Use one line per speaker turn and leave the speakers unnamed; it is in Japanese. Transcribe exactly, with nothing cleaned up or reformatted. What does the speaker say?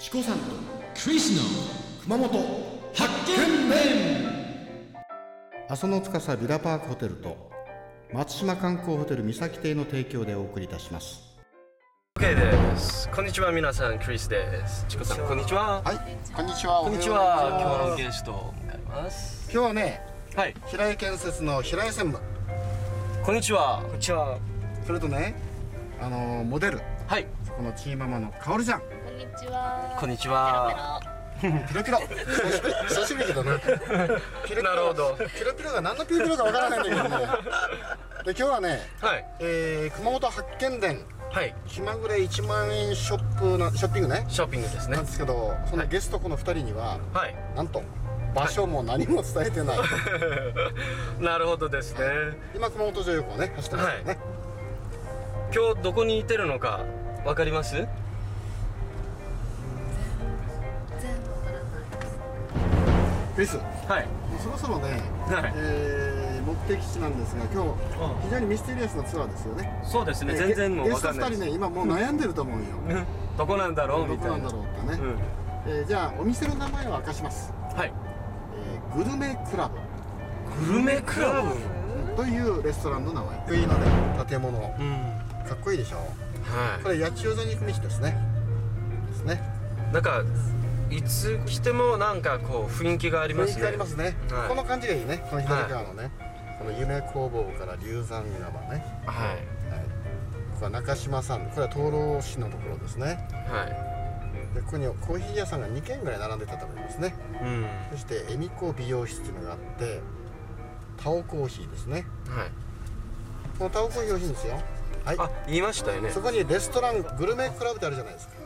チコさんとクリスの熊本発見面。阿蘇の司ビラパークホテルと松島観光ホテル三崎邸の提供でお送りいたします。
OK です。こんにちは皆さん、クリスです。チコさんこんにちは。
はい、こんにちは。
こんにちは。今日のゲストを迎えます。
今日はね、
はい、
平井建設の平井専務。
こんにちは。こんにちは。
それとね、あのモデル、
はい、
このチーママのかおるちゃん。
こんにちは。
こんにちは。
ピロピロ久しぶりだな。ピロピロ、
なるほど。
ピロピロが何のピロピロかわからないんだけどね。で今日はね、
はい、
えー、熊本発見伝、
はい、
気まぐれいちまんえんショップなショッピングね。
ショッピングですね。
なんですけど、そのゲストこのふたりには、はい、なんと場所も何も伝えてない。
なるほどですね。はい、
今熊本城横をね走ってますよね。はい、
今日どこにいてるのかわかります？
クリス、
はい、
そろそろね、はい、えー、目的地なんですが、今日非常にミステリアスなツアーですよね。
そうですね、全然もう分かんないです。
ゲストふたりね、今もう悩んでると思うよ。
どこなんだろうみたいな。
どこなんだろうってね。うん、えー、じゃあお店の名前を明かします。はい、えー、グルメクラブ。
グルメクラブ
というレストランの名前。かっこいいのね、建物、うん、かっこいいでしょ。はい、これ八千代座に行く道ですね。ですね。
なんかいつ来てもなんかこう雰囲気がありますね。雰囲気ありますね。
はい、この感じがいいね。この左側のね、はい、この夢工房から龍山稲葉ね。はい。はい、ここは中島さん、これは灯籠市のところですね。はい。でここにコーヒー屋さんがにけんぐらい並んでたと思いますね。うん。そして恵美子美容室っていうのがあって、タオコーヒーですね。はい。このタオコーヒー美味しいんですよ。はい。あ、
言いましたよね。
そこにレストラングルメクラブってあるじゃないですか。